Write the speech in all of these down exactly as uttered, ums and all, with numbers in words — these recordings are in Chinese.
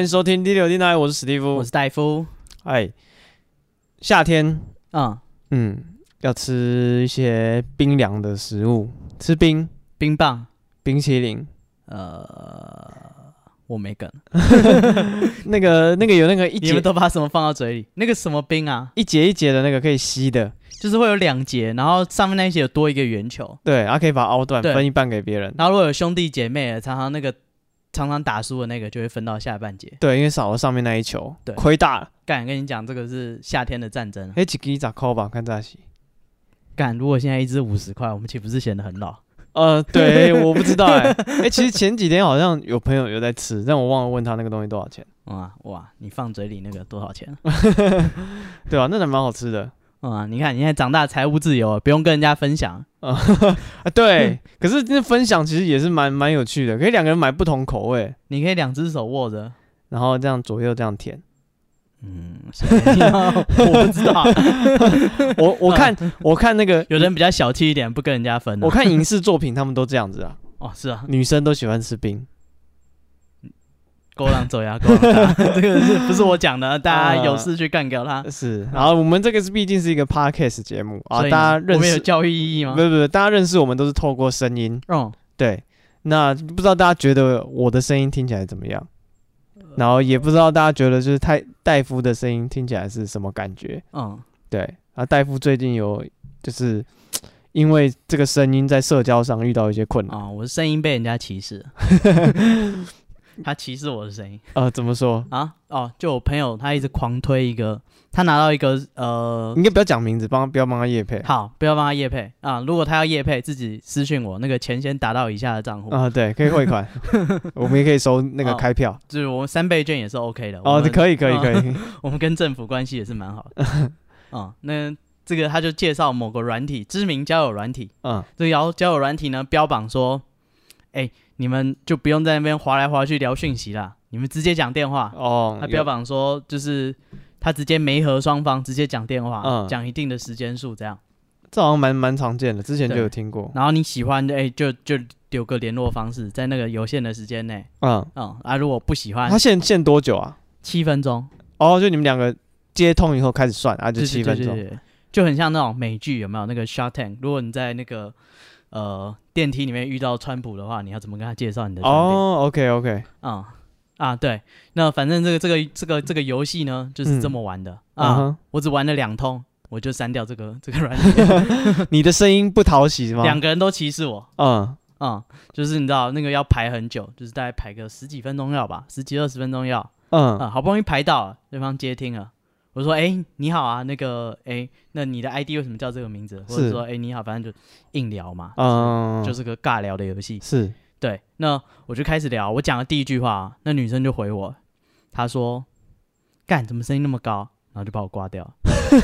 迎收听第六电台，我是史蒂夫， 我是戴夫。 哎，夏天， 嗯嗯，要吃一些冰凉的食物，吃冰， 冰棒， 冰淇淋。 呃，我没梗。 那个那个有那个一节， 你们都把什么放到嘴里？那个什么冰啊？ 一节一节的那个可以吸的， 就是会有两节，然后上面那一节有多一个圆球。 对，然后可以把它凹断，分一半给别人。 然后如果有兄弟姐妹的，常常那个常常打输的那个就会分到下半节。 对，因为少了上面那一球， 对， 亏大了。 干，跟你讲，这个是夏天的战争。 哎，几支咋扣吧？看咋洗。 干，如果现在一支五十块，我们岂不是显得很老？ 呃，对，我不知道哎、欸。哎、欸，其实前几天好像有朋友有在吃，但我忘了问他那个东西多少钱。 哇哇，你放嘴里那个多少钱？ 对啊，那还蛮好吃的。 嗯、啊，你看你现在长大财务自由，不用跟人家分享。 啊，对，可是这分享其实也是蛮蛮有趣的，可以两个人买不同口味， 你可以两只手握着， 然后这样左右这样舔。 嗯，我不知道。 我我看我看那个有人比较小气一点，不跟人家分、啊。 我看影视作品，他们都这样子啊。 哦，是啊， 女生都喜欢吃冰。 勾浪走呀，勾浪打，这个是不是我讲的？大家有事去干掉他。 呃、是，然后我们这个是毕竟是一个 podcast 节目啊，大家认识我们有教育意义吗？ 不不不，大家认识我们都是透过声音。 嗯， 对。那不知道大家觉得我的声音听起来怎么样？然后也不知道大家觉得就是太戴夫的声音听起来是什么感觉？嗯，对。然后戴夫最近有就是因为这个声音在社交上遇到一些困难啊、哦，我的声音被人家歧视，他歧视我的声音。 呃，怎么说啊？哦，就我朋友他一直狂推一个，他拿到一个呃， 应该不要讲名字，帮不要帮他业配。 好，不要帮他业配啊！如果他要业配，自己私讯我，那个钱先打到以下的账户啊，对，可以汇款，我们也可以收那个开票， 哦、就是我们三倍券也是 OK 的。 哦，可以可以可以， 我们跟政府关系也是蛮好的。嗯，那这个他就介绍某个软体，知名交友软体，嗯，这个交友软体呢标榜说，哎、欸，你们就不用在那边滑来滑去聊讯息啦，你们直接讲电话。哦，他标榜说就是他直接媒合双方，直接讲电话，讲、嗯、一定的时间数这样。 这好像蛮蛮常见的，之前就有听过。 然后你喜欢，哎、欸，就就留个联络方式，在那个有限的时间内。嗯嗯啊，如果不喜欢， 他限限多久啊？ 七分钟。 哦，就你们两个接通以后开始算啊，就七分钟。对对对对， 就很像那种美剧，有没有那个 Shark Tank？ 如果你在那个呃电梯里面遇到川普的话，你要怎么跟他介绍你的专利？ 哦 ，OK OK， 嗯啊对，那反正这个这个这个这个游戏呢，就是这么玩的、嗯、啊。Uh-huh. 我只玩了两通，我就删掉这个这个软件。 你的声音不讨喜吗？ 两个人都歧视我。嗯嗯，就是你知道那个要排很久，就是大概排个十几分钟要吧，十几二十分钟要。嗯啊，好不容易排到了，对方接听了。我说：“哎、欸，你好啊，那个，哎、欸，那你的 I D 为什么叫这个名字？或者说，哎、欸，你好，反正就硬聊嘛，嗯，就是个尬聊的游戏。 是， 对。那我就开始聊，我讲的第一句话，那女生就回我，她说：‘干，怎么声音那么高？’然后就把我挂掉。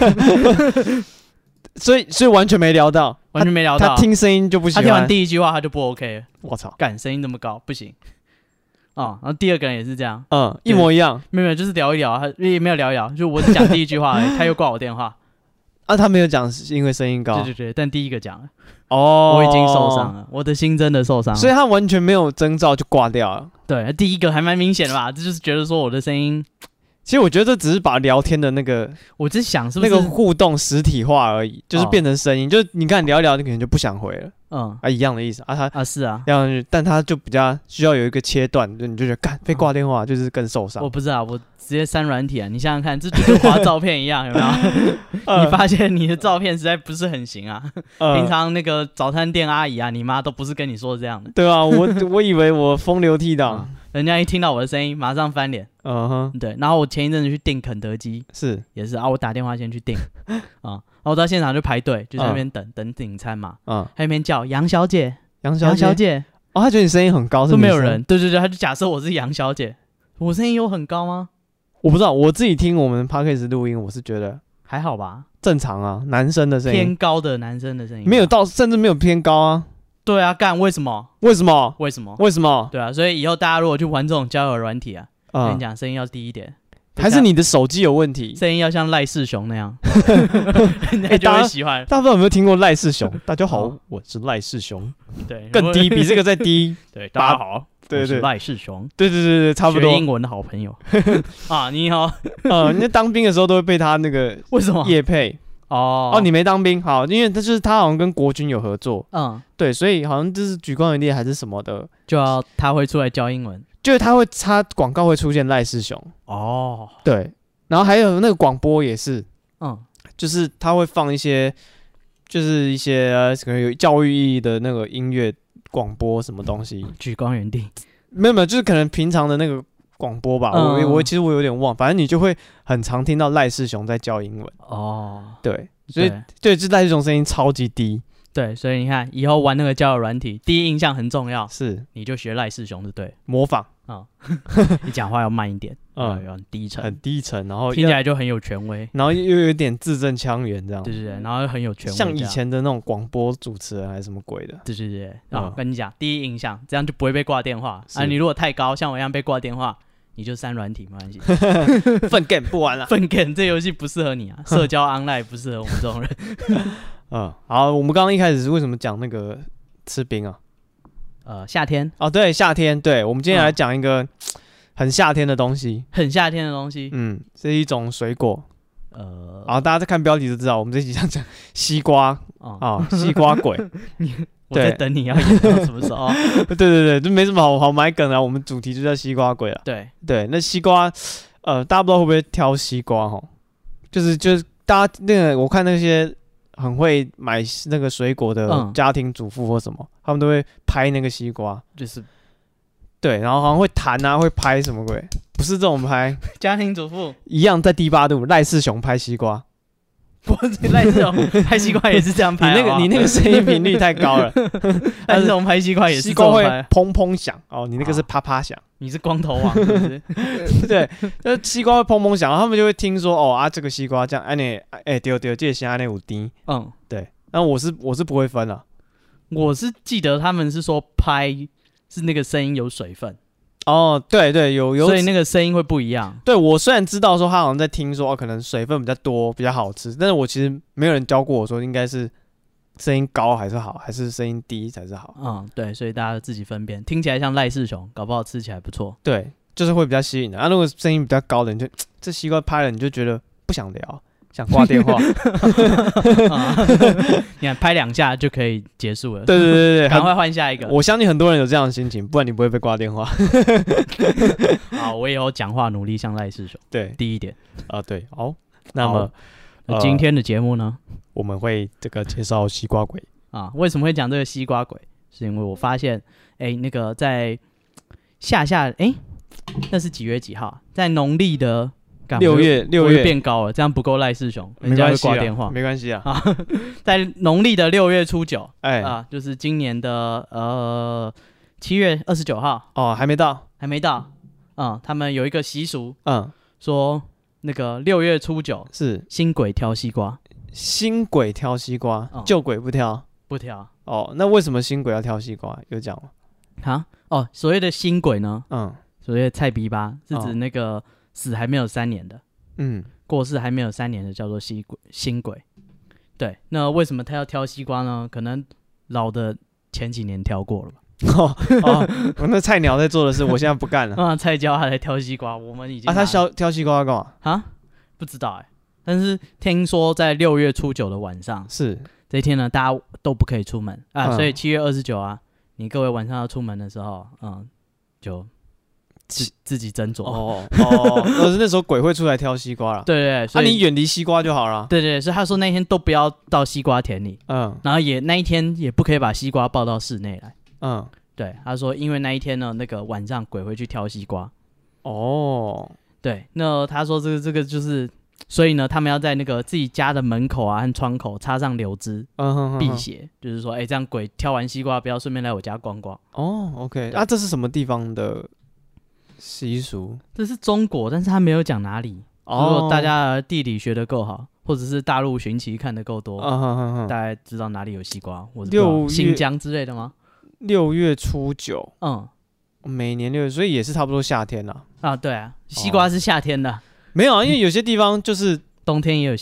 所以，所以完全没聊到， 完全没聊到。 他听声音就不喜欢。 他听完第一句话，他就不 OK 了。 我操， 干，声音那么高，不行。”哦，然后第二个人也是这样， 嗯，一模一样， 没有没有，就是聊一聊，他也没有聊一聊，就我只讲第一句话而已，他又挂我电话， 啊，他没有讲是因为声音高， 对对对，但第一个讲了， 哦， 我已经受伤了，我的心真的受伤了， 所以他完全没有征兆就挂掉了， 对，第一个还蛮明显的吧，这就是觉得说我的声音， 其实我觉得这只是把聊天的那个， 我只想是不是那个互动实体化而已，就是变成声音，哦、就是你看聊一聊，你可能就不想回了。嗯啊，一样的意思啊，他啊是啊， 但他就比较需要有一个切断，你就觉得干被挂电话就是更受伤。 我不知道，我直接删软体啊！你想想看，这就跟滑照片一样，有没有？呃、你发现你的照片实在不是很行啊。呃、平常那个早餐店阿姨啊，你妈都不是跟你说这样的。 对啊，我我以为我风流倜傥、 嗯，人家一听到我的声音，马上翻脸。嗯哼，对。然后我前一阵子去订肯德基， 是也是啊，我打电话先去订啊。然后我到现场就排队，就在那边等、嗯、等顶餐嘛。嗯，他那边叫杨小姐， 杨小姐， 小姐。 哦，他觉得你声音很高， 都没有人。对对对，他就假设我是杨小姐，我声音有很高吗？ 我不知道，我自己听我们 podcast 录音，我是觉得还好吧， 正常啊，男生的声音偏高的男生的声音没有到，甚至没有偏高啊。 对啊，干为什么？ 为什么？ 为什么？ 为什么？ 对啊，所以以后大家如果去玩这种交友软体啊，嗯、跟你讲声音要低一点。 还是你的手机有问题？ 声音要像赖世雄那样，人家就会喜欢。 大家不知道有没有听过赖世雄？大家好，哦、我是赖世雄。 对， 更低，比这个再低。 对，大家好， 对对， 赖世雄， 对对对对，差不多。 学英文的好朋友啊，你好， 呃，你当兵的时候都会被他那个为什么业配哦哦，你没当兵好，因为他就是他好像跟国军有合作，嗯，对，所以好像就是举光原地还是什么的， 就要他会出来教英文， 就是他会他广告会出现赖世雄哦，对，然后还有那个广播也是，嗯，就是他会放一些。就是一些、呃、可能有教育意义的那个音乐广播什么东西， 举光原地没有没有，就是可能平常的那个广播吧。嗯、我我其实我有点忘，反正你就会很常听到赖世雄在教英文哦。对，所以对，就赖世雄声音超级低。 对，所以你看以后玩那个交友软体，第一印象很重要， 是你就学赖世雄就对， 模仿啊，你讲话要慢一点，嗯，很低沉， 很低沉，然后听起来就很有权威， 然后又有点字正腔圆这样， 对对对，然后很有权威， 像以前的那种广播主持人还是什么鬼的， 对对对，啊，跟你讲，第一印象这样就不会被挂电话啊，你如果太高，像我一样被挂电话。你就删软体没关系， 粪 game 不玩了， 粪 game 这游戏不适合你啊，社交 online 不适合我们这种人。 嗯，好，我们刚刚一开始是为什么讲那个吃冰啊？ 呃，夏天哦，对，夏天，对，我们今天来讲一个很夏天的东西， 很夏天的东西， 嗯，是一种水果，呃，然后大家在看标题就知道，我们这集讲讲西瓜啊、哦，西瓜鬼。 我在等你要演到什么时候？ 对对对，就没什么好好埋梗啊。我们主题就叫西瓜鬼了。 对对，那西瓜，呃，大家不知道会不会挑西瓜哈？就是就是大家那个，我看那些很会买那个水果的家庭主妇或什么，嗯、他们都会拍那个西瓜， 就是对，然后好像会弹啊，会拍什么鬼？不是这种拍， 家庭主妇一样在第八度，赖世雄拍西瓜。 不是赖世雄拍西瓜也是这样拍， 你那个你那个声音频率太高了。 赖世雄拍西瓜也是西瓜会砰砰响哦，你那个是啪啪响， 你是光头王是不是？ 对，那西瓜会砰砰响，然后他们就会听说哦啊这个西瓜这样，哎你哎丢丢这些安内五滴，嗯，对，那我是我是不会分了， 我是记得他们是说拍是那个声音有水分。 哦，对对，有有， 所以那个声音会不一样。 对，我虽然知道说他好像在听说、哦、可能水分比较多比较好吃，但是我其实没有人教过我说应该是声音高还是好，还是声音低才是好。 嗯，对，所以大家自己分辨。听起来像赖世雄，搞不好吃起来不错。 对，就是会比较吸引的。啊，如果声音比较高的，你就这西瓜拍了，你就觉得不想聊。想挂电话， 你看拍两下就可以结束了。 对对对对， 赶快换下一个。 我相信很多人有这样的心情，不然你不会被挂电话。 好，我以后讲话努力像赖世雄。 对， 第一点啊，对，好。那么， 那今天的节目呢， 我们会这个介绍西瓜鬼啊。为什么会讲这个西瓜鬼？是因为我发现，哎，那个在下下，哎，那是几月几号？在农历的。 六月六月变高了，这样不够赖世雄，人家会挂电话。 没关系啊， 啊在农历的六月初九，哎啊，就是今年的呃七月二十九号哦，还没到， 还没到，嗯，他们有一个习俗，嗯，说那个六月初九是新鬼挑西瓜， 新鬼挑西瓜，嗯、旧鬼不挑， 不挑。 哦，那为什么新鬼要挑西瓜？有讲吗？ 啊，哦，所谓的新鬼呢，嗯，所谓的菜逼吧，是指那个。哦死还没有三年的，嗯，过世还没有三年的叫做西鬼新鬼，对。那为什么他要挑西瓜呢？可能老的前几年挑过了吧。 哦哦，那菜鸟在做的事，我现在不干了。 啊，菜椒还在挑西瓜，我们已经啊，他挑挑西瓜要干嘛啊？不知道哎、欸，但是听说在六月初九的晚上， 是这一天呢，大家都不可以出门啊，嗯、所以七月二十九啊，你各位晚上要出门的时候，嗯，就。自自己斟酌哦哦，呃，那时候鬼会出来挑西瓜了， 对对，所以、 啊、你远离西瓜就好了。 对对，所以他说那天都不要到西瓜田里，嗯，然后也那一天也不可以把西瓜抱到室内来，嗯，对，他说因为那一天呢，那个晚上鬼会去挑西瓜，哦，对，那他说这个这个就是，所以呢，他们要在那个自己家的门口啊和窗口插上柳枝，嗯哼哼，辟邪，就是说，哎，这样鬼挑完西瓜不要顺便来我家逛逛。 哦 ，OK， 啊，这是什么地方的？习俗， 这是中国，但是他没有讲哪里。哦、如果大家地理学得够好，或者是大陆寻奇看得够多，啊、呵呵呵大概知道哪里有西瓜，或者新疆之类的吗？ 六月初九，嗯，每年六月，所以也是差不多夏天啦。 啊，对啊，西瓜是夏天的。 哦、没有啊，因为有些地方就是冬天也有西瓜。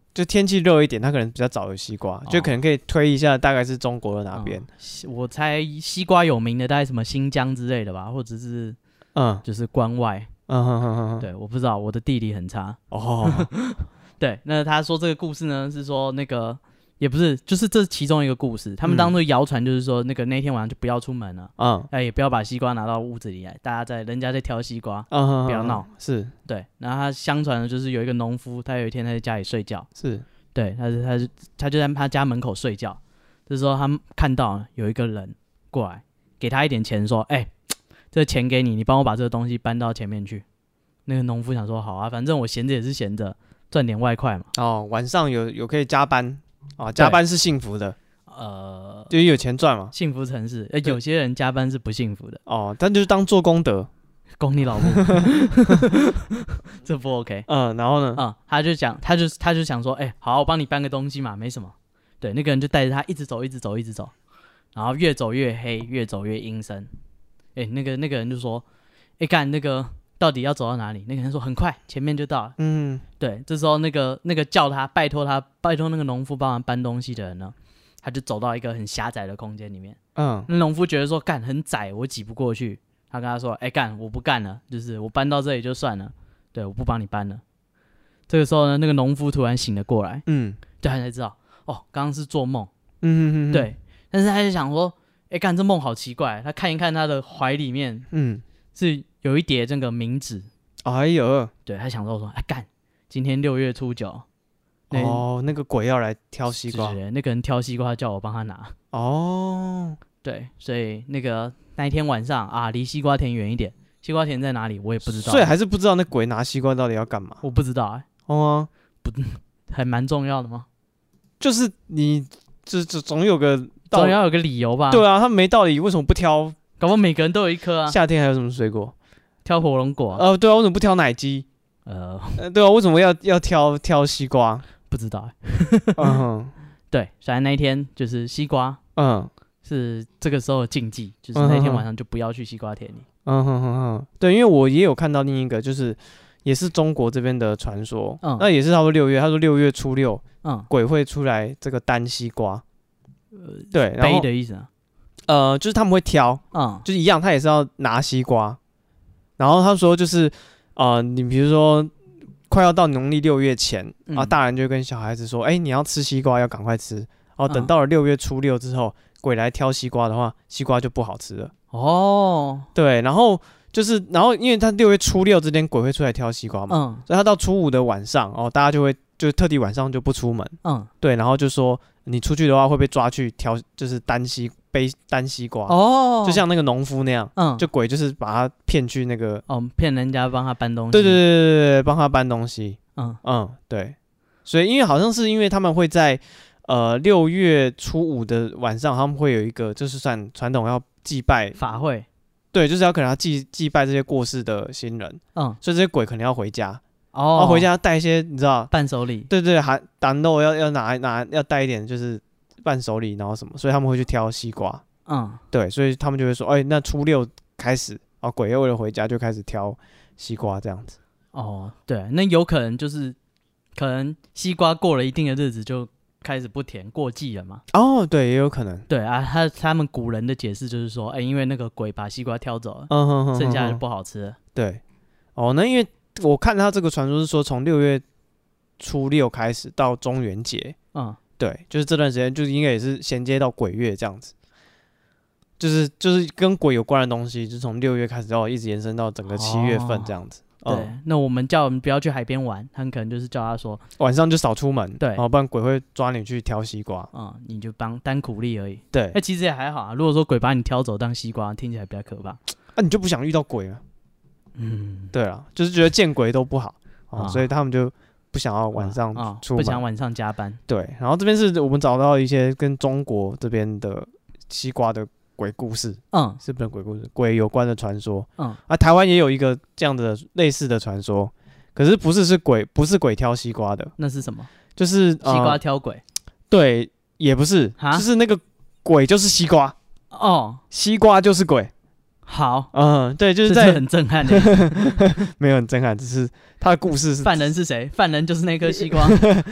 就天气热一点，它可能比较早有西瓜，哦、就可能可以推一下，大概是中国的哪边、 嗯？我猜西瓜有名的大概什么新疆之类的吧，或者是嗯，就是关外。嗯哼哼哼，对，我不知道，我的地理很差。哦，对，那他说这个故事呢，是说那个。也不是，就是这是其中一个故事。他们当作谣传，就是说那个那天晚上就不要出门了，嗯，哎，也不要把西瓜拿到屋子里来，大家在人家在挑西瓜，嗯，不要闹， 是对。然后他相传的就是有一个农夫，他有一天他在家里睡觉， 是对，他是他是他就在他家门口睡觉，这时候他看到有一个人过来，给他一点钱，说，哎、欸，这钱给你，你帮我把这个东西搬到前面去。那个农夫想说，好啊，反正我闲着也是闲着，赚点外快嘛。 哦，晚上有有可以加班。哦，加班是幸福的，呃，就有钱赚嘛。 幸福城市，欸、有些人加班是不幸福的。 哦，但就是当做功德， 供你老婆，这不 OK。 嗯，然后呢？ 嗯，他就讲，他就他就想说，哎、欸，好，我帮你搬个东西嘛，没什么。对，那个人就带着他一直走，一直走，一直走，然后越走越黑，越走越阴森。哎、欸，那个那个人就说，哎、欸，干那个。到底要走到哪里？那个人说很快，前面就到了。嗯，对。这时候那个那个叫他拜托他拜托那个农夫帮忙搬东西的人呢，他就走到一个很狭窄的空间里面。嗯，那农夫觉得说干很窄，我挤不过去。他跟他说：“哎、欸，干我不干了，就是我搬到这里就算了，对，我不帮你搬了。”这个时候呢，那个农夫突然醒了过来。嗯，对，他才知道哦，刚刚是做梦。嗯嗯嗯，对。但是他就想说：“哎、欸，干这梦好奇怪。”他看一看他的怀里面，嗯，是。有一叠这个冥纸， 哎呦， 对他想说说，哎干，今天六月初九， 哦，那个鬼要来挑西瓜， 对，那个人挑西瓜叫我帮他拿，哦，对，所以那个那一天晚上啊，离西瓜田远一点，西瓜田在哪里我也不知道， 所以还是不知道那鬼拿西瓜到底要干嘛， 我不知道哎、欸，哦、啊，不，还蛮重要的吗？ 就是你这这总有个总要有个理由吧？ 对啊，他没道理，为什么不挑？ 搞不好每个人都有一颗啊。 夏天还有什么水果？ 挑火龙果、啊， 呃，对啊，为什么不挑奶鸡？呃，呃对啊，为什么要要挑挑西瓜？ 不知道、欸。嗯，对，反正那一天就是西瓜，嗯，是这个时候的禁忌，就是那天晚上就不要去西瓜田里。 嗯哼哼哼，对，因为我也有看到另一个，就是也是中国这边的传说，嗯，那也是差不多六月，他说六月初六，嗯，鬼会出来这个单西瓜，呃，对，然后背的意思啊， 呃，就是他们会挑，嗯，就是一样，他也是要拿西瓜。然后他说就是，呃，你比如说快要到农历六月前、嗯、啊，大人就会跟小孩子说，哎，你要吃西瓜要赶快吃。然后等到了六月初六之后，鬼来挑西瓜的话，西瓜就不好吃了。哦，对，然后就是，然后因为他六月初六这天鬼会出来挑西瓜嘛，嗯，所以他到初五的晚上，哦，大家就会就特地晚上就不出门，嗯，对，然后就说你出去的话会被抓去挑，就是单西。背单西瓜哦，就像那个农夫那样，嗯，就鬼就是把他骗去那个哦，骗人家帮他搬东西， 对对对对对，帮他搬东西，嗯嗯，对，所以因为好像是因为他们会在呃六月初五的晚上，他们会有一个就是算传统要祭拜法会， 对，就是要可能要祭祭拜这些过世的新人，嗯，所以这些鬼可能要回家。哦，然后回家带一些你知道伴手礼， 对对，还胆肉要要拿拿要带一点就是。伴手礼，然后什么，所以他们会去挑西瓜。嗯，对，所以他们就会说，哎、欸，那初六开始，啊，鬼又为了回家就开始挑西瓜这样子。 哦，对，那有可能就是，可能西瓜过了一定的日子就开始不甜，过季了嘛。 哦，对，也有可能。 对啊，他他们古人的解释就是说，哎、欸，因为那个鬼把西瓜挑走了，嗯哼哼哼，剩下的就不好吃了。 对，哦，那因为我看他这个传说是说，从六月初六开始到中元节，嗯。对，就是这段时间，就是应该也是衔接到鬼月这样子，就是就是跟鬼有关的东西，就从六月开始，然后一直延伸到整个七月份这样子。 哦、对、嗯，那我们叫我们不要去海边玩，他们可能就是叫他说晚上就少出门， 对， 然后不然鬼会抓你去挑西瓜， 嗯，你就当单苦力而已。 对， 那、欸、其实也还好啊。如果说鬼把你挑走当西瓜，听起来比较可怕， 那、啊、你就不想遇到鬼了。嗯，对啊，就是觉得见鬼都不好，哦、所以他们就。不想要晚上出门、 哦，不想晚上加班。 对，然后这边是我们找到一些跟中国这边的西瓜的鬼故事，嗯，是不是鬼故事？鬼有关的传说，嗯，啊，台湾也有一个这样的类似的传说，可是不是是鬼，不是鬼挑西瓜的， 那是什么？ 就是、 呃、西瓜挑鬼？ 对，也不是，就是那个鬼就是西瓜，哦，西瓜就是鬼。 好， 嗯，对，就是在这是很震撼的， 没有很震撼，只是他的故事是犯人是谁？犯人就是那颗西瓜，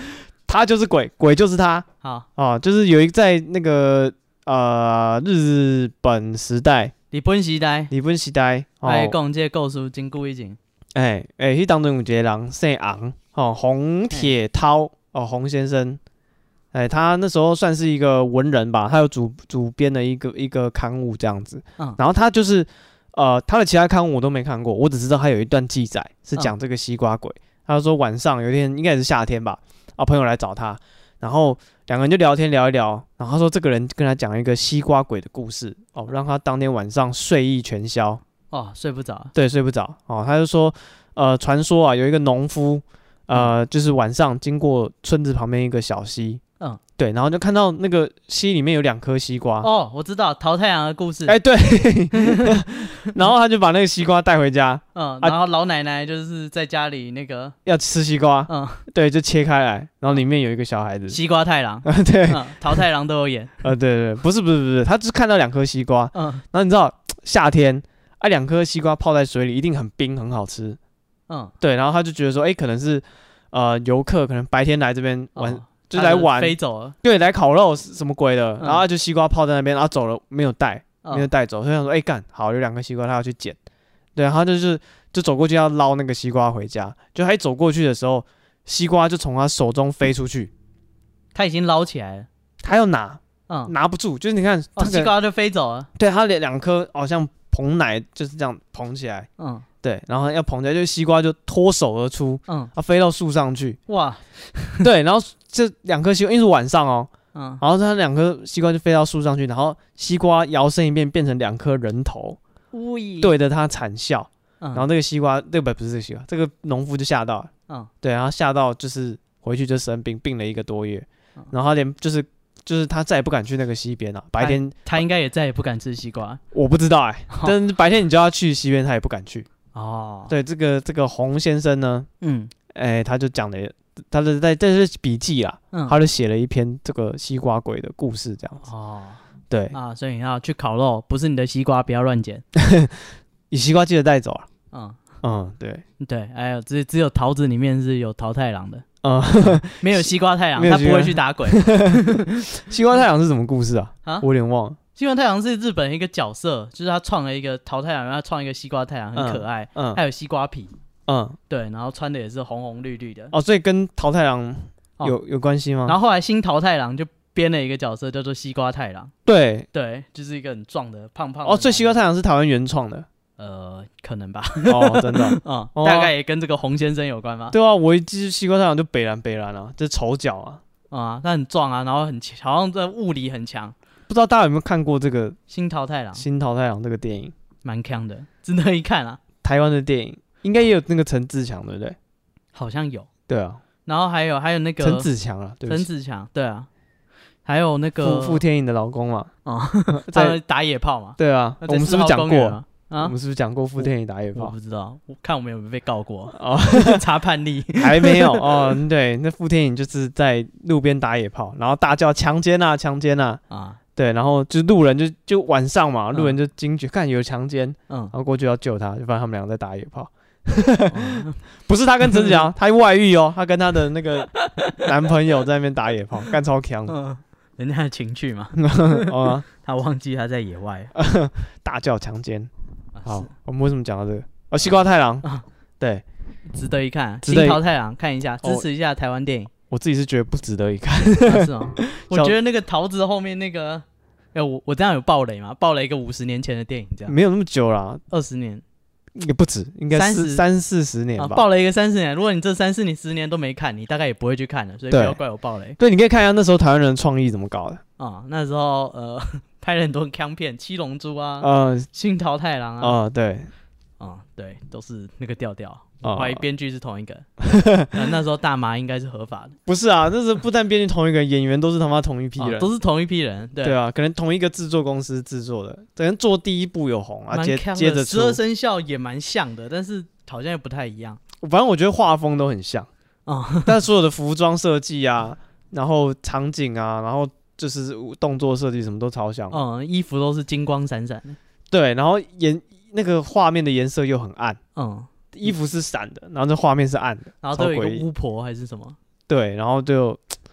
他就是鬼，鬼就是他。 好啊，就是有一个在那个呃日本时代， 日本时代， 日本时代， 来讲这个故事真久以前。 哎哎，迄当中有一个人姓洪，哦，洪铁涛，哦，洪先生。哎，他那时候算是一个文人吧，他有主主编的一个一个刊物这样子。嗯，然后他就是呃，他的其他刊物我都没看过，我只知道他有一段记载是讲这个西瓜鬼。嗯、他说晚上有一天应该也是夏天吧，啊，朋友来找他，然后两个人就聊天聊一聊，然后他说这个人跟他讲一个西瓜鬼的故事，哦，让他当天晚上睡意全消。 哦，睡不着。对， 睡不着。哦，他就说，呃，传说啊，有一个农夫，呃，嗯、就是晚上经过村子旁边一个小溪。嗯，对，然后就看到那个溪里面有两颗西瓜。 哦，我知道桃太郎的故事。 哎、欸，对，然后他就把那个西瓜带回家。 嗯，然后老奶奶就是在家里那个要吃西瓜。嗯，对，就切开来，然后里面有一个小孩子。 西瓜太郎。 对、 嗯，桃太郎都有演。 呃，对对，不是不是不是，他就是看到两颗西瓜。嗯，然后你知道夏天啊，两颗西瓜泡在水里一定很冰，很好吃。嗯，对，然后他就觉得说，哎、欸，可能是呃游客可能白天来这边玩。哦，就来玩， 飞走了， 对，来烤肉什么鬼的，嗯、然后就西瓜泡在那边，然后走了没有带，嗯、没有带走，所以想说，哎、欸、干，好，有两颗西瓜，他要去捡，对，然后就是就走过去要捞那个西瓜回家，就他一走过去的时候，西瓜就从他手中飞出去， 他已经捞起来了， 他要拿，嗯，拿不住，就是你看， 哦，西瓜就飞走了， 对，他两两颗好像捧奶就是这样捧起来，嗯。对，然后要捧起来，就西瓜就脱手而出，嗯，它飞到树上去，哇，对，然后这两颗西瓜因为是晚上哦，嗯，然后它两颗西瓜就飞到树上去，然后西瓜摇身一变变成两颗人头，对着它惨笑，嗯、然后那个西瓜，对不不是这个西瓜，这个农夫就吓到了，嗯，对，然后吓到就是回去就生病，病了一个多月，嗯、然后他连就是就是他再也不敢去那个溪边了，白天他, 他应该也再也不敢吃西瓜， 我不知道哎、欸，但是白天你就要去溪边，他也不敢去。哦，对，这个这个洪先生呢，嗯，哎、欸，他就讲了，他的在这是笔记啦，嗯，他就写了一篇这个西瓜鬼的故事，这样子。哦，对啊，所以你要去烤肉，不是你的西瓜，不要乱捡， 你西瓜记得带走啊。 嗯嗯，对对，还有只只有桃子里面是有桃太郎的，嗯，没有西瓜太郎，他不会去打鬼。 西瓜太郎是什么故事啊？啊，我有点忘了。 西瓜太郎是日本一个角色，就是他创了一个桃太郎，然后他创一个西瓜太郎，很可爱，嗯，还有西瓜皮，嗯，对，然后穿的也是红红绿绿的。 哦，所以跟桃太郎有、哦、有关系吗？ 然后后来新桃太郎就编了一个角色叫做西瓜太郎， 对对，就是一个很壮的胖胖的。 哦，所以西瓜太郎是台湾原创的。 呃，可能吧。 哦，真的， 嗯，哦、大概也跟这个洪先生有关吗？ 对啊，我一记西瓜太郎就北蓝北蓝啊，这丑角啊， 啊、嗯，他很壮啊，然后很好像在物理很强。 不知道大家有没有看过这个《 新桃太郎》？ 新桃太郎这个电影蛮强的，值得一看啊。 台湾的电影应该也有那个陈志强，对不对？ 好像有。 对啊。 然后还有还有那个陈子强啊， 陈子强，对啊。还有那个傅天颖的老公嘛， 哦，在打野炮嘛。 对啊，我们是不是讲过啊？ 啊， 我们是不是讲过傅天颖打野炮？ 我不知道，我看我们有没有被告过哦，查判例还没有哦。对，那傅天颖就是在路边打野炮，然后大叫强奸啊，强奸啊啊！对，然后就路人就就晚上嘛，路人就惊觉，看有强奸，嗯，然后过去要救他，就发现他们两个在打野炮。不是他跟陈子强，他外遇哦，他跟他的那个男朋友在那边打野炮，干超强， 嗯，人家的情趣嘛，哦，他忘记他在野外大叫强奸。好，我们为什么讲到这个？哦，西瓜太郎，对， 值得一看，新桃太郎看一下，支持一下台湾电影。 我自己是觉得不值得一看， 啊、是哦，我觉得那个桃子后面那个，哎，我我这样有爆雷吗？爆雷一个五十年前的电影，这样没有那么久啦， 二十年。 也不止，应该是三四十年吧。 啊、爆了一个三四年，如果你这三四年十年都没看，你大概也不会去看了，所以不要怪我爆雷。 对，你可以看一下那时候台湾人的创意怎么搞的啊、嗯。那时候呃拍了很多枪片，七龙珠啊，呃，新桃太郎啊， 啊、呃，对， 啊、嗯，对，都是那个调调。我怀疑编剧是同一个、呃，那时候大麻应该是合法的。 不是啊，那时候不但编剧同一个，演员都是他妈同一批人、哦， 都是同一批人。对, 对啊，可能同一个制作公司制作的，可能做第一部有红啊，接接着十二生肖也蛮像的，但是好像也不太一样。 反正我觉得画风都很像啊、嗯，但所有的服装设计啊，然后场景啊，然后就是动作设计什么都超像。 嗯，衣服都是金光闪闪的。 对，然后颜那个画面的颜色又很暗。嗯。衣服是闪的，然后这画面是暗的， 然后都有一个巫婆还是什么？ 对，然后就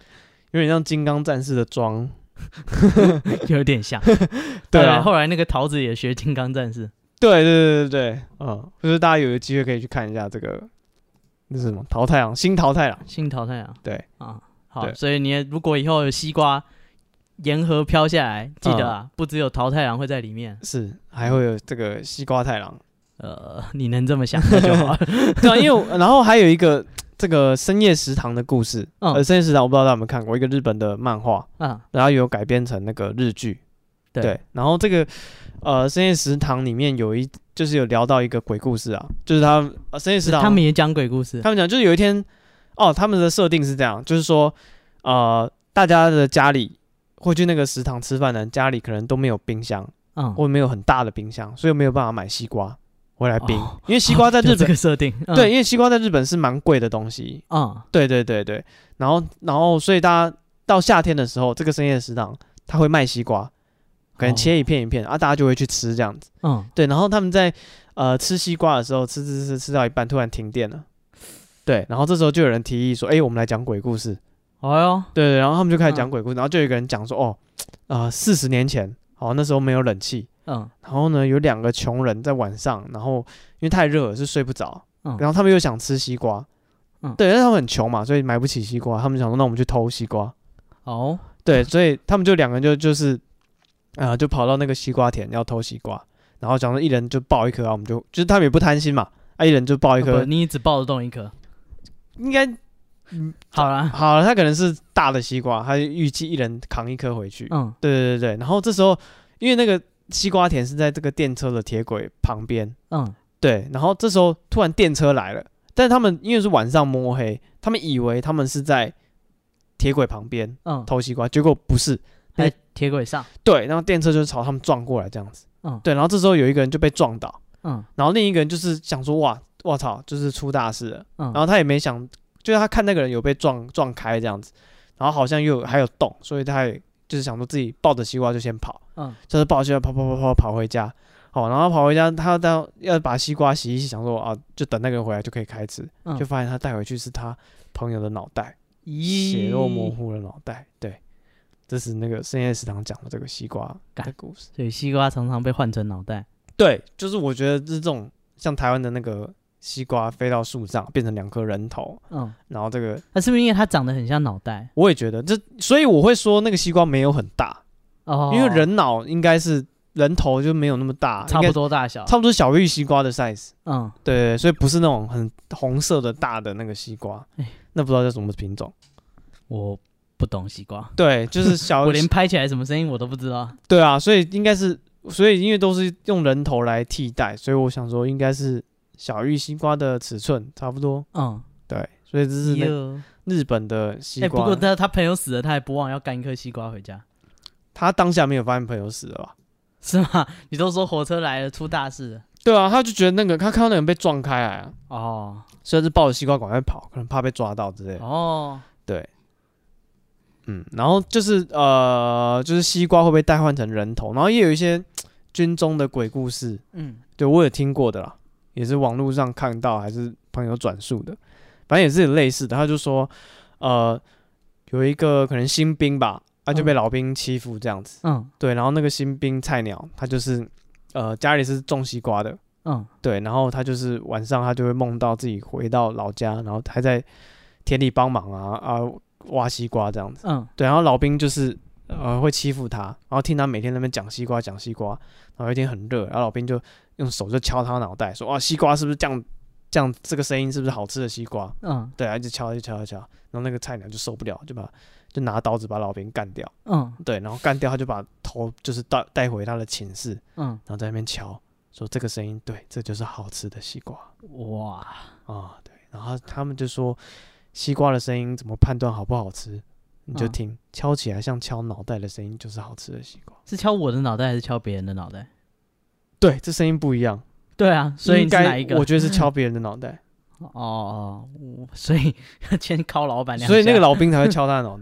有点像金刚战士的妆， 有点像。 对啊， 后来那个桃子也学金刚战士。 对对对对对，嗯，就是大家有机会可以去看一下这个，那是什么？桃太郎，新桃太郎， 新桃太郎。 对啊，好，所以你如果以后有西瓜沿河飘下来，记得啊，嗯、不只有桃太郎会在里面， 是还会有这个西瓜太郎。 呃，你能这么想就好了。 对啊，因为然后还有一个这个深夜食堂的故事，嗯、呃，深夜食堂我不知道大家有没有看过，一个日本的漫画，嗯，然后有改编成那个日剧，对，对，然后这个呃深夜食堂里面有一就是有聊到一个鬼故事啊，就是他呃深夜食堂他们也讲鬼故事， 他们讲就是有一天哦，他们的设定是这样，就是说呃大家的家里会去那个食堂吃饭的人家里可能都没有冰箱，嗯，或没有很大的冰箱，所以没有办法买西瓜回来冰，哦、因为西瓜在日本、哦、 这个设定、 嗯，对，因为西瓜在日本是蛮贵的东西，嗯，对对对对，然后然后所以大家到夏天的时候，这个深夜食堂他会卖西瓜，可能切一片一片、哦、啊，大家就会去吃这样子，嗯，对，然后他们在呃吃西瓜的时候，吃吃吃吃到一半突然停电了，对，然后这时候就有人提议说，哎、欸，我们来讲鬼故事， 哦哟， 对对，然后他们就开始讲鬼故事，嗯、然后就有一个人讲说，哦，呃，四十年前，好，那时候没有冷气。嗯，然后呢，有两个穷人在晚上，然后因为太热了是睡不着，嗯，然后他们又想吃西瓜，嗯，对，因为他们很穷嘛，所以买不起西瓜，他们想说那我们去偷西瓜，哦，对，所以他们就两个人就就是啊、呃，就跑到那个西瓜田要偷西瓜，然后讲说一人就抱一颗啊，我们就就是他们也不贪心嘛，啊，一人就抱一颗、 啊，你只抱得动一颗， 应该，嗯， 好了好了，他可能是大的西瓜，他预计一人扛一颗回去，嗯，对对对对，然后这时候因为那个。西瓜田是在这个电车的铁轨旁边，嗯，对，然后这时候突然电车来了，但是他们因为是晚上摸黑，他们以为他们是在铁轨旁边，嗯，偷西瓜，结果不是在铁轨上， 对，然后电车就朝他们撞过来这样子，嗯，对，然后这时候有一个人就被撞倒，嗯，然后另一个人就是想说哇，我操，就是出大事了，嗯，然后他也没想，就是他看那个人有被撞撞开这样子，然后好像又还有洞，所以他也。就是想说自己抱着西瓜就先跑，嗯，就是抱着西瓜跑跑跑跑跑回家，好，然后跑回家，他到要把西瓜洗一洗，想说啊，就等那个人回来就可以开吃，嗯、就发现他带回去是他朋友的脑袋，血肉模糊的脑袋，对，这是那个深夜食堂讲的这个西瓜的故事， 所以西瓜常常被换成脑袋， 对，就是我觉得是这种像台湾的那个。西瓜飞到树上，变成两颗人头。嗯，然后这个， 那是不是因为它长得很像脑袋？ 我也觉得，这所以我会说那个西瓜没有很大哦，因为人脑应该是人头就没有那么大， 差不多大小， 差不多小玉西瓜的 size。嗯，对，所以不是那种很红色的大的那个西瓜，那不知道叫什么品种。 我不懂西瓜。 对，就是小， 我连拍起来什么声音我都不知道。 对啊，所以应该是，所以因为都是用人头来替代，所以我想说应该是。小玉西瓜的尺寸差不多，嗯，对，所以这是那日本的西瓜。 欸、不过他他朋友死了，他还不忘要干一颗西瓜回家。 他当下没有发现朋友死了吧？ 是吗？你都说火车来了，出大事了。 对啊，他就觉得那个他看到那个人被撞开来啊，哦，所以是抱着西瓜赶快跑，可能怕被抓到之类的。哦，对，嗯，然后就是呃，就是西瓜会被代换成人头，然后也有一些军中的鬼故事，嗯，对我有听过的啦。也是网络上看到，还是朋友转述的，反正也是有类似的。他就说，呃，有一个可能新兵吧，他、啊、就被老兵欺负这样子。嗯，对。然后那个新兵菜鸟，他就是呃家里是种西瓜的。嗯，对。然后他就是晚上他就会梦到自己回到老家，然后还在田里帮忙啊啊挖西瓜这样子。嗯，对。然后老兵就是呃会欺负他，然后听他每天在那边讲西瓜讲西瓜，然后有一天很热，然后老兵就。用手就敲他脑袋，说：“啊，西瓜是不是这样？这样这个声音是不是好吃的西瓜？”嗯，对啊，就敲就敲就敲，然后那个菜鸟就受不了，就把就拿刀子把老兵干掉。嗯，对，然后干掉他就把头就是带带回他的寝室，嗯，然后在那边敲，说这个声音对，这就是好吃的西瓜。哇啊，对，然后他们就说西瓜的声音怎么判断好不好吃？你就听、嗯、敲起来像敲脑袋的声音就是好吃的西瓜。 是敲我的脑袋还是敲别人的脑袋？ 对，这声音不一样。 对啊，所以你是哪一个？ 我觉得是敲别人的脑袋。 哦哦，所以先敲老板两下。 所以那个老兵才会敲他的脑袋。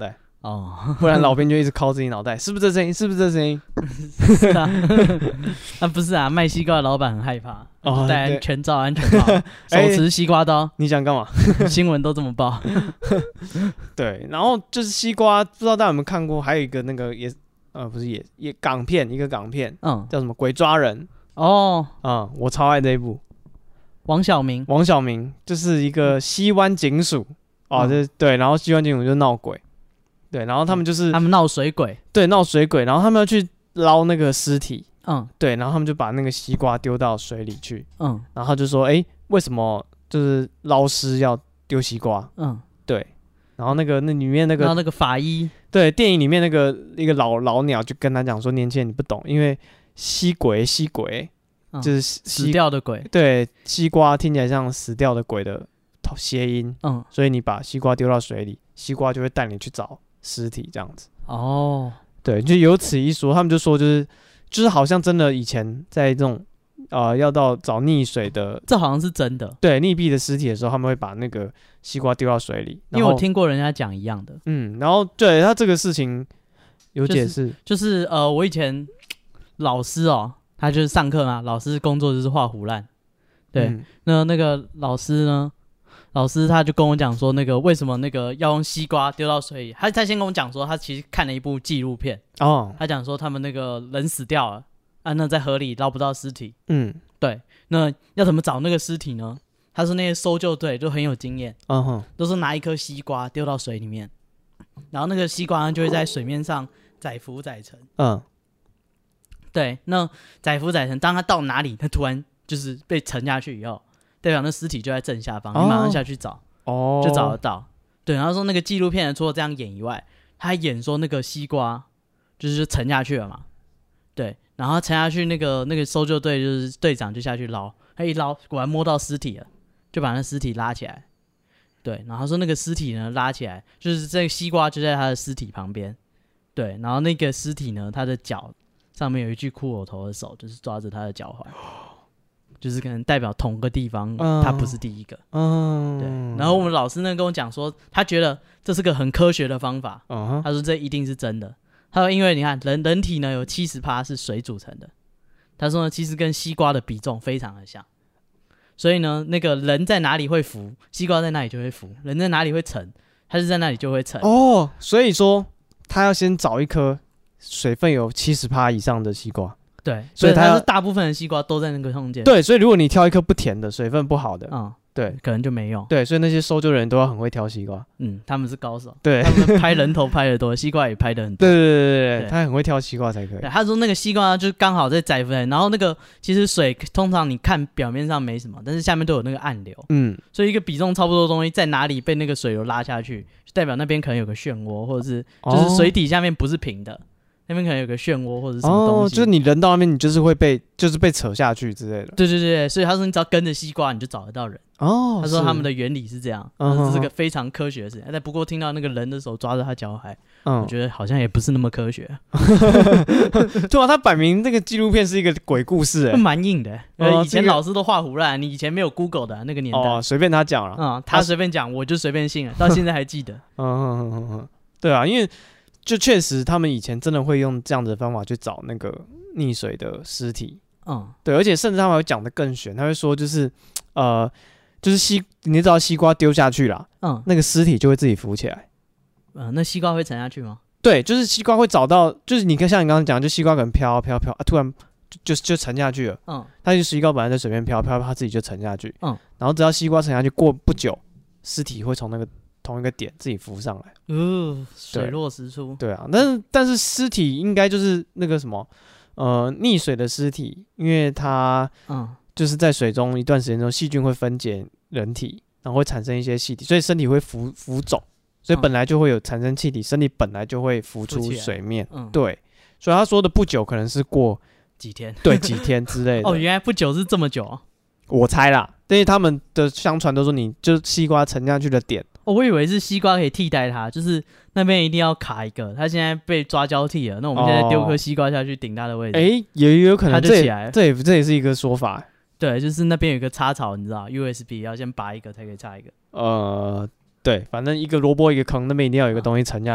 哦，不然老兵就一直敲自己脑袋，是不是这声音？是不是这声音？ 是啊，啊不是啊，卖西瓜的老板很害怕，哦、戴全罩安全帽，手持西瓜刀。 你想干嘛？ 新闻都这么报。 对，然后就是西瓜，不知道大家有没有看过？还有一个那个也呃不是也也港片，一个港片，嗯，叫什么《鬼抓人》哦，嗯，我超爱这一部。 王晓明， 王晓明就是一个西湾警署哦，这、嗯、对，然后西湾警署就闹鬼。对，然后他们就是他们闹水鬼， 对，闹水鬼，然后他们要去捞那个尸体，嗯，对，然后他们就把那个西瓜丢到水里去，嗯，然后他就说，哎，为什么就是捞尸要丢西瓜？嗯，对，然后那个那里面那个， 然后那个法医， 对，电影里面那个一个老老鸟就跟他讲说，年轻人你不懂，因为西鬼西鬼、嗯、就是死掉的鬼， 对，西瓜听起来像死掉的鬼的谐音，嗯，所以你把西瓜丢到水里，西瓜就会带你去找尸体这样子哦，对，就有此一说，他们就说就是就是好像真的以前在这种呃要到找溺水的， 这好像是真的， 对，溺毙的尸体的时候，他们会把那个西瓜丢到水里， 因为我听过人家讲一样的， 嗯，然后对他这个事情有解释， 就是、就是、呃我以前老师哦，他就是上课嘛，老师工作就是画唬烂，对，嗯、那那个老师呢？老师他就跟我讲说，那个为什么那个要用西瓜丢到水里？他他先跟我讲说，他其实看了一部纪录片哦，他讲说他们那个人死掉了啊，那在河里捞不到尸体，嗯，对，那要怎么找那个尸体呢？他说那些搜救队就很有经验，嗯哼，都是拿一颗西瓜丢到水里面，然后那个西瓜呢就会在水面上载浮载沉，嗯，对，那载浮载沉，当他到哪里，他突然就是被沉下去以后。代表那尸体就在正下方，你马上下去找，哦，就找得到。对，然后说那个纪录片除了这样演以外，他还演说那个西瓜就是沉下去了嘛，对，然后沉下去那个那个搜救队就是队长就下去捞，他一捞果然摸到尸体了，就把那尸体拉起来，对，然后说那个尸体呢拉起来，就是这个西瓜就在他的尸体旁边，对，然后那个尸体呢，他的脚上面有一具骷髅头的手，就是抓着他的脚踝。就是可能代表同个地方，嗯、他不是第一个，嗯，对。然后我们老师呢跟我讲说，他觉得这是个很科学的方法，嗯、他说这一定是真的。他说因为你看人人体呢有 百分之七十 是水组成的，他说呢其实跟西瓜的比重非常的像，所以呢那个人在哪里会浮，西瓜在哪里就会浮；人在哪里会沉，它是在那里就会沉。 哦，所以说他要先找一颗水分有 百分之七十 以上的西瓜。 对，所以它是大部分的西瓜都在那个空间。 对，所以如果你挑一颗不甜的、水分不好的，嗯，对， 可能就没用。 对，所以那些搜救人都要很会挑西瓜。 嗯，他们是高手。 对， 他们拍人头拍得多，西瓜也拍得很多。 对对对对对，他很会挑西瓜才可以。 他说那个西瓜就是刚好在载浮载，然后那个其实水通常你看表面上没什么，但是下面都有那个暗流。嗯，所以一个比重差不多的东西在哪里被那个水流拉下去，就代表那边可能有个漩涡，或者是就是水底下面不是平的。那边可能有个漩涡或者什么东西， 哦，就是你人到那边，你就是会被，就是被扯下去之类的。 对对对，所以他说你只要跟着西瓜，你就找得到人。哦，他说他们的原理是这样，嗯、这是个非常科学的事情。但不过听到那个人的手抓着他脚踝，嗯、我觉得好像也不是那么科学。 对啊，他摆明那个纪录片是一个鬼故事，哎， 蛮硬的。哦、以前老师都画胡乱，你以前没有 Google 的、啊、那个年代， 哦，随便他讲了， 嗯，他随便讲，我就随便信了，到现在还记得。嗯嗯嗯嗯，对啊，因为。就确实，他们以前真的会用这样子的方法去找那个溺水的尸体，嗯，对，而且甚至他们会讲得更玄，他会说就是，呃，就是西，你知道西瓜丢下去啦，嗯，那个尸体就会自己浮起来， 嗯、呃，那西瓜会沉下去吗？ 对，就是西瓜会找到，就是你看像你刚刚讲，就西瓜可能飘飘飘，啊，突然就就就沉下去了，嗯，它就西瓜本来在水面飘飘，它自己就沉下去，嗯，然后只要西瓜沉下去，过不久，尸体会从那个。同一个点自己浮上来， 呃，水落石出。 对啊，但是但是尸体应该就是那个什么，呃，溺水的尸体，因为它嗯就是在水中一段时间中，细菌会分解人体，然后会产生一些气体，所以身体会浮浮肿，所以本来就会有产生气体，身体本来就会浮出水面。嗯，对，所以他说的不久可能是过几天， 对，几天之类的。 哦，原来不久是这么久啊！ 我猜啦，因为他们的相传都说，你就西瓜沉下去的点。 哦，我以为是西瓜可以替代它，就是那边一定要卡一个，他现在被抓交替了，那我们现在丢颗西瓜下去顶他的位置， 哎、欸，也有可能他就起来了， 这也这也是一个说法。 对，就是那边有一个插槽，你知道 ，U S B 要先拔一个才可以插一个。 呃，对，反正一个萝卜一个坑，那边一定要有一个东西沉下去。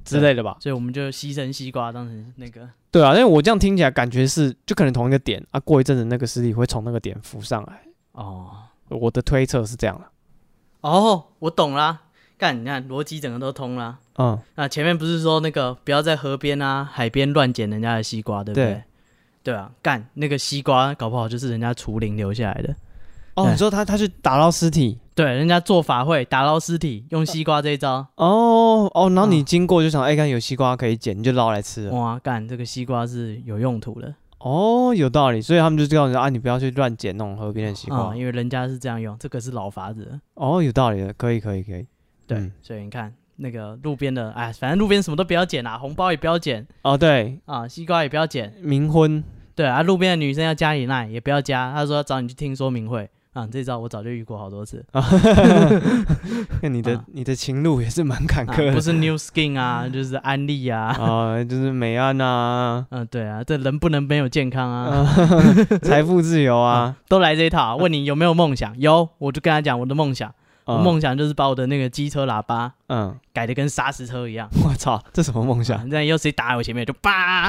之类的吧。 所以我们就牺牲西瓜当成那个。 对啊，因为我这样听起来感觉是，就可能同一个点啊，过一阵子那个尸体会从那个点浮上来。哦，我的推测是这样了。 哦，我懂啦。干，你看逻辑整个都通啦。嗯，那前面不是说那个不要在河边啊、海边乱捡人家的西瓜，对不对？对，对啊，干那个西瓜搞不好就是人家除灵留下来的。 哦，你说他他去打捞尸体？ 对，人家做法会打捞尸体，用西瓜这一招。 哦哦，然后你经过就想，哎、欸，看有西瓜可以捡，你就捞来吃了。 哇，干这个西瓜是有用途的。 哦，有道理，所以他们就告诉你啊，你不要去乱捡那种河边的西瓜、 嗯，因为人家是这样用，这个是老法子。 哦，有道理的，可以可以可以。 对，嗯、所以你看那个路边的，哎，反正路边什么都不要捡啊，红包也不要捡。 哦，对啊，西瓜也不要捡。 冥婚， 对啊，路边的女生要加你赖也不要加，他说要找你去听说明会。啊，这招我早就遇过好多次。 那你的、啊、你的情路也是蛮坎坷的、 啊，不是 New Skin 啊，就是安利啊， 啊，就是美安啊， 嗯，对啊，这人不能没有健康啊， 财富自由啊、 啊，都来这一套。问你有没有梦想？有，我就跟他讲我的梦想，嗯、我梦想就是把我的那个机车喇叭，嗯，改的跟砂石车一样。 我操，这什么梦想？ 这样有谁打我前面就叭。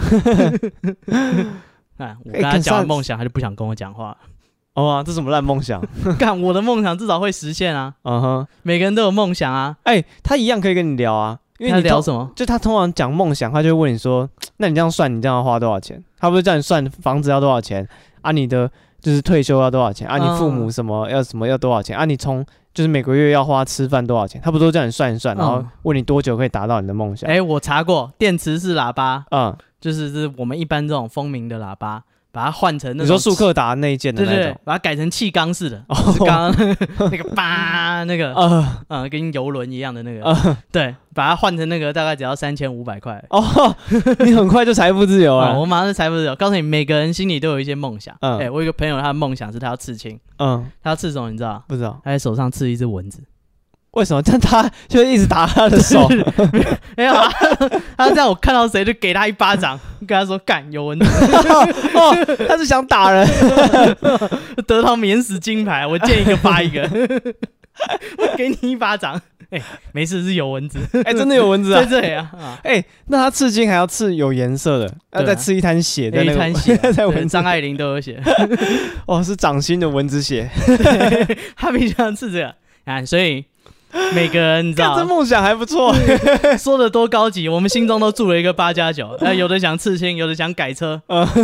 啊，我跟他讲完梦想，他就不想跟我讲话。 哦啊，这什么烂梦想？ 干，我的梦想至少会实现啊！嗯哼，每个人都有梦想啊。 哎、欸，他一样可以跟你聊啊，因为你聊什么？ 就他通常讲梦想，他就会问你说：“那你这样算，你这样要花多少钱？”他不是叫你算房子要多少钱啊？你的就是退休要多少钱啊？你父母什么要什么要多少钱啊？你从就是每个月要花吃饭多少钱？他不都叫你算一算，然后问你多久可以达到你的梦想？ 哎、欸，我查过，电磁式喇叭，嗯，就是是我们一般这种风鸣的喇叭。把它换成那种， 你说速克达那一件的那种， 对对对，把它改成气缸式的，哦、就是刚刚那个叭那个，呃，嗯，跟游轮一样的那个，呃、对，把它换成那个大概只要三千五百块。哦， 你很快就财富自由了、 哦。我马上就财富自由。告诉你，每个人心里都有一些梦想。嗯，哎、欸，我有一个朋友，他的梦想是他要刺青。嗯，他要刺什么？你知道？ 不知道。 他在手上刺一只蚊子。 为什么？但他就一直打他的手， 没有啊？他这样，我看到谁就给他一巴掌，跟他说干有蚊子。 哦，他是想打人， 得到免死金牌，我见一个发一个，我给你一巴掌。哎、欸，没事，是有蚊子。 哎、欸，真的有蚊子啊， 在这里啊。 哎、欸，那他刺青还要刺有颜色的，要再刺一滩血在那个， 一滩血、啊，在蚊张爱玲都有血。 哦，是掌心的蚊子血。 他平常刺这个啊，所以。每个人你知道， 这梦想还不错， 说的多高级，我们心中都住了一个八加九。呃，有的想刺青，有的想改车，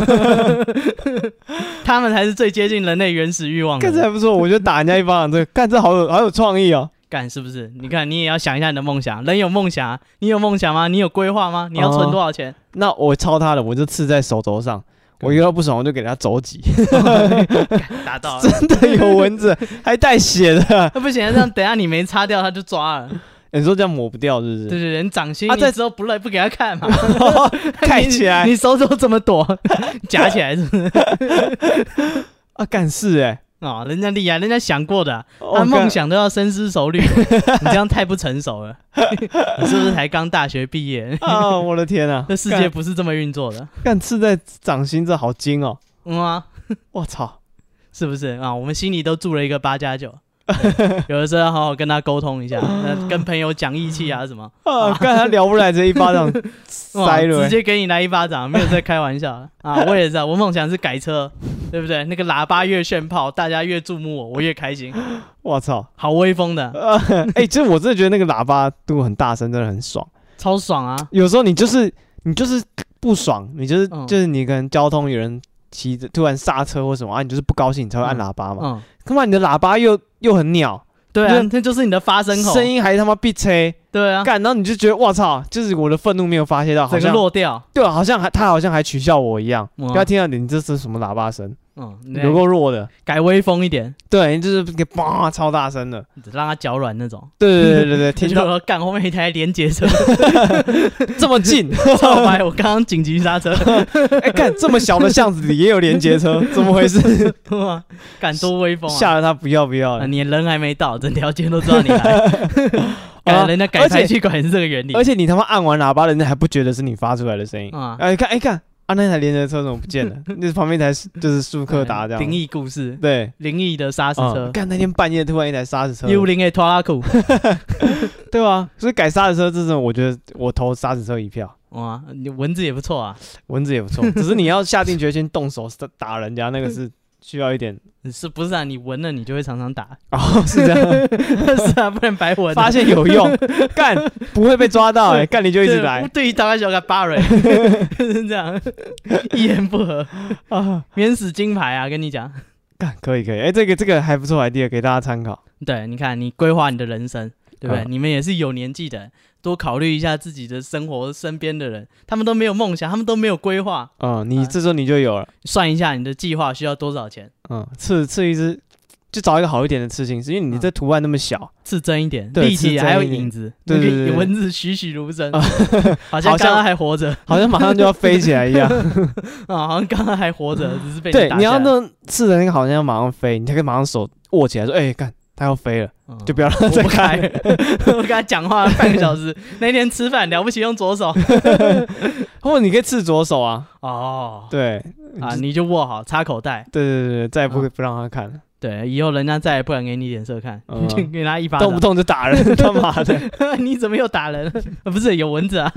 他们才是最接近人类原始欲望的。 干这还不错，我觉得打人家一巴掌，这个干这好有好有创意哦。 干是不是？你看，你也要想一下你的梦想。人有梦想、啊，你有梦想吗？你有规划吗？你要存多少钱？哦、 那我抄他的，我就刺在手肘上。我遇到不爽，我就给他肘击， 打到了， 真的有蚊子，还带血的。 那不行，这样等一下你没擦掉，他就抓了。 你说这样抹不掉，是不是？ 对对对，你掌心，啊，这时候不累不给他看嘛， 盖起来， 你手肘怎么躲？夹起来是不是？ 啊，干事哎、欸。 哦，人家厉害，人家想过的、啊，他、哦、梦想都要深思熟虑。你这样太不成熟了，你是不是才刚大学毕业？ 啊、哦，我的天啊， 这世界不是这么运作的。 干刺在掌心，这好精哦。 嗯啊， 我操， 是不是啊？我们心里都住了一个八加九。有的时候要好好跟他沟通一下，跟朋友讲义气啊什么啊，干他聊不来，这一巴掌塞了、 欸，直接给你来一巴掌，没有在开玩笑啊！我也知道，我梦想是改车，对不对？那个喇叭越炫炮，大家越注目我，我越开心。 我操， 好威风的！ 哎、欸，其实我真的觉得那个喇叭度很大声，真的很爽， 超爽啊！ 有时候你就是你就是不爽，你就是、嗯、就是你可能交通有人骑着突然刹车或什么啊，你就是不高兴，你才会按喇叭嘛。嗯，他妈、嗯、你的喇叭又又很鸟， 对啊，那就是你的发声口， 声音还他妈闭车， 对啊， 干，然后你就觉得哇操，就是我的愤怒没有发泄到，好像整个落掉， 对啊，好像还他好像还取笑我一样，不要、嗯、听到你这是什么喇叭声。嗯，有够弱的， 改威风一点， 对，就是给叭超大声的， 让他脚软那种。 对对对对对， 听到干后面一台连接车， 这么近， 超白！我刚刚紧急刹车， 哎，看这么小的巷子里也有连接车，怎么回事？ 哇，干多威风啊！ 吓得他不要不要的， 你人还没到，整条街都知道你来。啊、人家改排气管是这个原理， 而且你他妈按完喇叭，人家还不觉得是你发出来的声音啊！哎、欸，看，哎、欸、看， 啊，那台连结车怎么不见了？那旁边一台就是速克达这样。 灵异故事， 对， 灵异的砂石车。 干、嗯、那天半夜突然一台砂石车， 幽灵的拖拉库， 对吧？所以改砂石车这种，我觉得我投砂石车一票。 哇，你文字也不错啊， 文字也不错，只是你要下定决心动手打人家，那个是需要一点。 是不是啊？你闻了你就会常常打。 哦，是这样。 是啊，不能白闻。 发现有用，干不会被抓到哎、欸，干你就一直来。 对于打开小个巴瑞是这样，一言不合啊，免死金牌啊！跟你讲， 干可以可以，哎、欸，这个这个还不错 idea， 给大家参考。 对，你看你规划你的人生，对不对？嗯、你们也是有年纪的。多考虑一下自己的生活，身边的人，他们都没有梦想，他们都没有规划。 嗯，你这时候你就有了。 算一下你的计划需要多少钱？ 嗯，刺刺一只，就找一个好一点的刺青师，因为你这图案那么小， 刺真一点，立体还有影子， 对对对， 文字栩栩如生，好像刚刚还活着， 好像马上就要飞起来一样。 啊，好像刚刚还活着，只是被你打下来。 对，你要那刺的那个好像要马上飞，你才可以马上手握起来说，哎，干。他要飞了，嗯、就不要让他再开。 我跟他讲话半个小时，那天吃饭了不起用左手， 或者你可以刺左手啊。 哦， 对啊，你就握好，插口袋。 对对对，再也不会不让他看了。 对，以后人家再也不敢给你脸色看，你、嗯、就给他一巴掌， 动不动就打人，他妈的！ 你怎么又打人？不是有蚊子啊？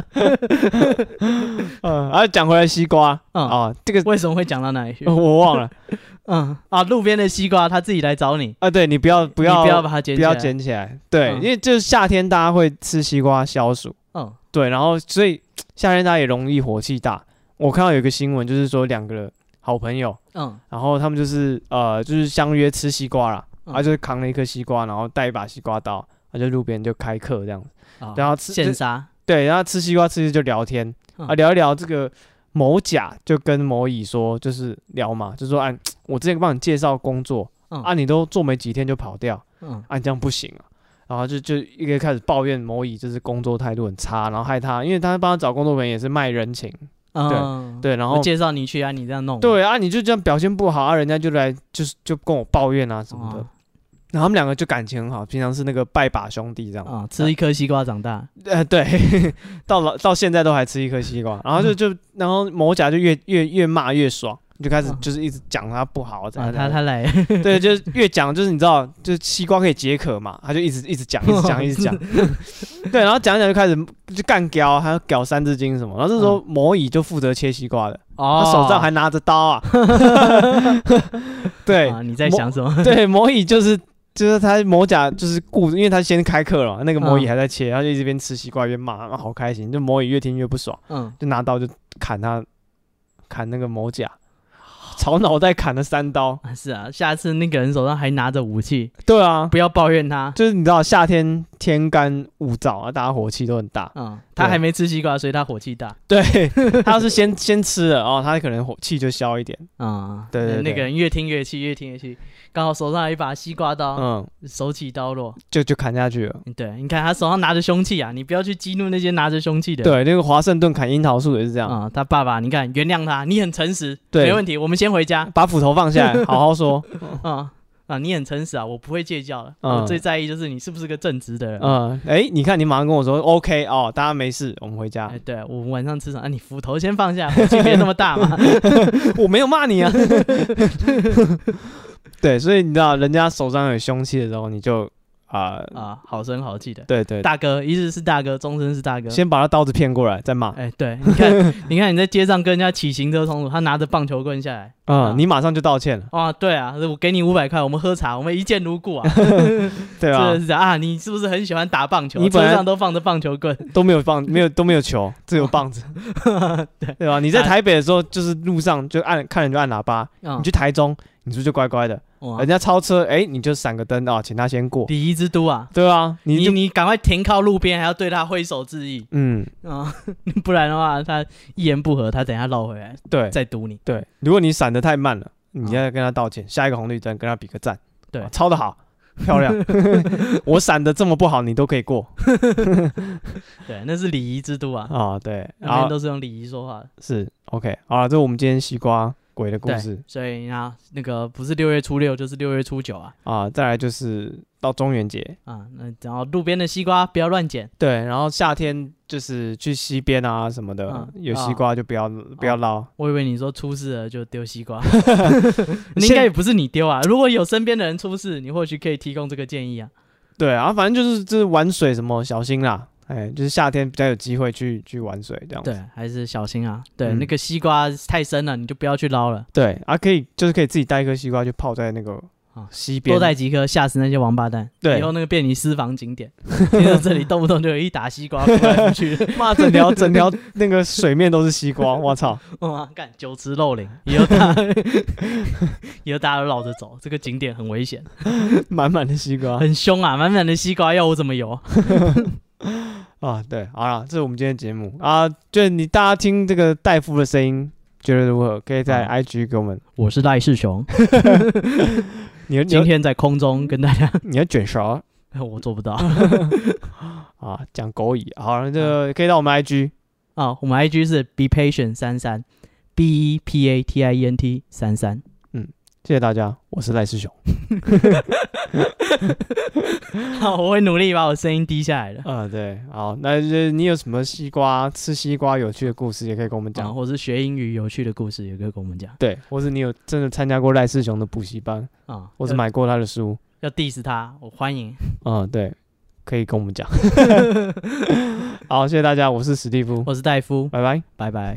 嗯，然后讲回来西瓜，嗯啊，这个为什么会讲到哪里去？ 我忘了。 嗯啊，路边的西瓜他自己来找你啊，对你不要不要你不要把它捡起来， 不要捡起来，对，嗯、因为就是夏天大家会吃西瓜消暑，嗯，对，然后所以夏天大家也容易火气大。我看到有一个新闻，就是说两个好朋友，嗯，然后他们就是呃就是相约吃西瓜啦，他、嗯啊、就是扛了一颗西瓜，然后带一把西瓜刀，他就路边就开课这样子，哦、然后吃现杀， 对，然后吃西瓜吃就聊天，嗯、啊聊一聊这个。某甲就跟某乙说，就是聊嘛，就说啊，我之前帮你介绍工作，嗯、啊，你都做没几天就跑掉，嗯、啊，你这样不行啊。然后就就一个开始抱怨某乙就是工作态度很差，然后害他，因为他帮他找工作人也是卖人情，嗯、对对，然后我介绍你去啊，你这样弄， 对啊，你就这样表现不好啊，人家就来就是就跟我抱怨啊什么的。哦然后他们两个就感情很好，平常是那个拜把兄弟这样啊、哦，吃一颗西瓜长大。 呃，对，到了到现在都还吃一颗西瓜，然后就就然后某甲就越越越骂越爽，就开始就是一直讲他不好， 啊，他他来， 对，就是越讲就是你知道，就是西瓜可以解渴嘛，他就一直一直讲，一直讲，一直讲，对，然后讲一讲就开始就干屌，还要屌三字经什么，然后这时候某乙就负责切西瓜的。哦，他手上还拿着刀啊！对、 啊，你在想什么？ 对，某乙就是就是他某甲就是顾，因为他先开课了嘛，那个某乙还在切，他就一直边吃西瓜一边骂，好开心。就某乙越听越不爽，嗯，就拿刀就砍他，砍那个某甲。朝脑袋砍了三刀， 是啊，下次那个人手上还拿着武器， 对啊， 不要抱怨他， 就是你知道夏天天干物燥啊，大家火气都很大， 嗯，他还没吃西瓜，所以他火气大， 对，他要是先先吃了哦，他可能火气就消一点，啊、嗯，对 对, 对， 那个人越听越气，越听越气，刚好手上有一把西瓜刀，嗯，手起刀落， 就就砍下去了， 对，你看他手上拿着凶器啊，你不要去激怒那些拿着凶器的， 对，那个华盛顿砍樱桃树也是这样， 啊、嗯，他爸爸，你看原谅他，你很诚实，对，没问题，我们先回家， 把斧头放下来，好好说。 啊啊，你很诚实啊，我不会戒教的。嗯、我最在意就是你是不是个正直的人。 嗯，哎、欸，你看你马上跟我说 OK 哦，大家没事，我们回家。 哎、欸，对，我们晚上吃什么？啊，你斧头先放下，火气别那么大嘛。 我没有骂你啊。对，所以你知道，人家手上有凶器的时候，你就。啊、 呃、啊，好声好气的， 对 对, 对， 大哥，一日是大哥，终身是大哥。 先把他刀子骗过来，再骂。 哎、欸，对，你看，你看你在街上跟人家起行车冲突，他拿着棒球棍下来， 嗯，啊、你马上就道歉了。 啊，对啊，我给你五百块，我们喝茶，我们一见如故啊， 对吧？ 是是啊，你是不是很喜欢打棒球？你车上都放着棒球棍， 都没有棒，没有都没有球，只有棒子，对对吧？你在台北的时候，就是路上就按看人就按喇叭，嗯、你去台中。你是不是就乖乖的？人家超车，哎、欸，你就闪个灯啊、哦，请他先过。 礼仪之都啊， 对啊，你你你赶快停靠路边，还要对他挥手致意。嗯啊、哦，不然的话，他一言不合，他等一下绕回来， 对， 再堵你。 对，如果你闪得太慢了，你要跟他道歉，下一个红绿灯跟他比个赞。对，哦、超得好，漂亮。我闪得这么不好，你都可以过。 对，那是礼仪之都啊。 啊、哦，对， 那边都是用礼仪说话的。 是 OK， 好了，这是我们今天西瓜。 鬼的故事。 所以啊，那个不是六月初六就是六月初九啊。 啊，再来就是到中元节啊，那然后路边的西瓜不要乱捡。 对，然后夏天就是去溪边啊什么的，嗯、有西瓜就不要、哦、不要捞、哦。 我以为你说出事了就丢西瓜，应该也不是你丢啊。如果有身边的人出事，你或许可以提供这个建议啊。 对啊，反正就是就是玩水什么小心啦。哎，就是夏天比较有机会去去玩水这样子。 对，还是小心啊。对，嗯、那个西瓜太深了，你就不要去捞了。 对啊，可以就是可以自己带一颗西瓜，就泡在那个溪边， 多带几颗，吓死那些王八蛋。 对， 以后那个变你私房景点，听到这里动不动就有一打西瓜飞来飞去， 妈整条整条那个水面都是西瓜，我操！ 哇，干酒池肉林，以后大家以后大家都绕着走，这个景点很危险， 满满的西瓜， 很凶啊，满满的西瓜，要我怎么游？ 啊，对，好了，这是我们今天的节目啊，就你大家听这个戴夫的声音，觉得如何？可以在 I G 给我们。 我是赖世雄，你今天在空中跟大家， 你要卷勺， 我做不到啊，讲狗语。好了，这个可以到我们 I G 啊，我们 I G 是 be patient 三三 b e p a t i e n t 三三。 嗯，谢谢大家，我是赖世雄。 好，我会努力把我声音低下来的。 嗯，对，好，那就是你有什么西瓜吃西瓜有趣的故事，也可以跟我们讲、 啊，或是学英语有趣的故事，也可以跟我们讲。 对，或是你有真的参加过赖世雄的补习班啊，或是买过他的书， 要 diss 他，我欢迎。 嗯，对，可以跟我们讲。好，谢谢大家，我是史蒂夫， 我是戴夫， 拜拜， 拜拜。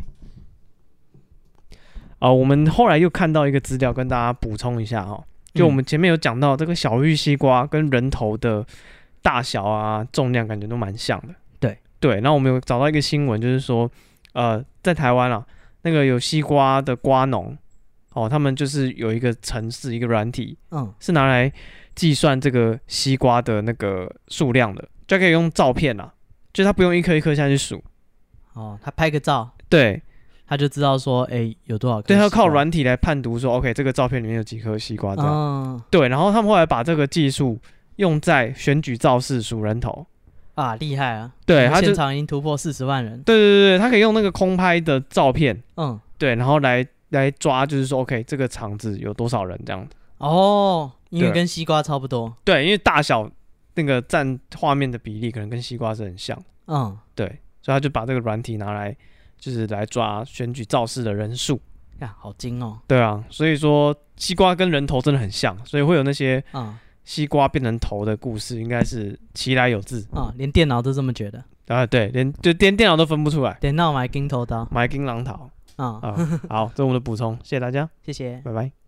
啊，我们后来又看到一个资料，跟大家补充一下哈。就我们前面有讲到，这个小玉西瓜跟人头的大小啊、重量感觉都蛮像的。 对对，然后我们有找到一个新闻，就是说，呃，在台湾啊，那个有西瓜的瓜农，哦，他们就是有一个程式，一个软体，嗯，是拿来计算这个西瓜的那个数量的，就可以用照片啊，就他不用一颗一颗下去数。 哦，他拍个照， 对。 他就知道说，哎、欸，有多少颗？ 对，他要靠软体来判读说 ，OK， 这个照片里面有几颗西瓜这样。哦、对，然后他们后来把这个技术用在选举造势数人头。 啊，厉害啊！ 对，他现场已经突破四十万人。 对对对，他可以用那个空拍的照片，嗯，对，然后来来抓，就是说 ，OK， 这个场子有多少人这样子。 哦，因为跟西瓜差不多。 对，因为大小那个占画面的比例可能跟西瓜是很像。嗯，对，所以他就把这个软体拿来。就是来抓选举造势的人数呀，好精哦！ 对啊，所以说西瓜跟人头真的很像，所以会有那些西瓜变成头的故事，应该是其来有自啊、嗯，连电脑都这么觉得啊，对，连就连电脑都分不出来， 电脑买金头刀， 买金榔头啊啊！好，这是我们的补充，谢谢大家， 谢谢， 拜拜。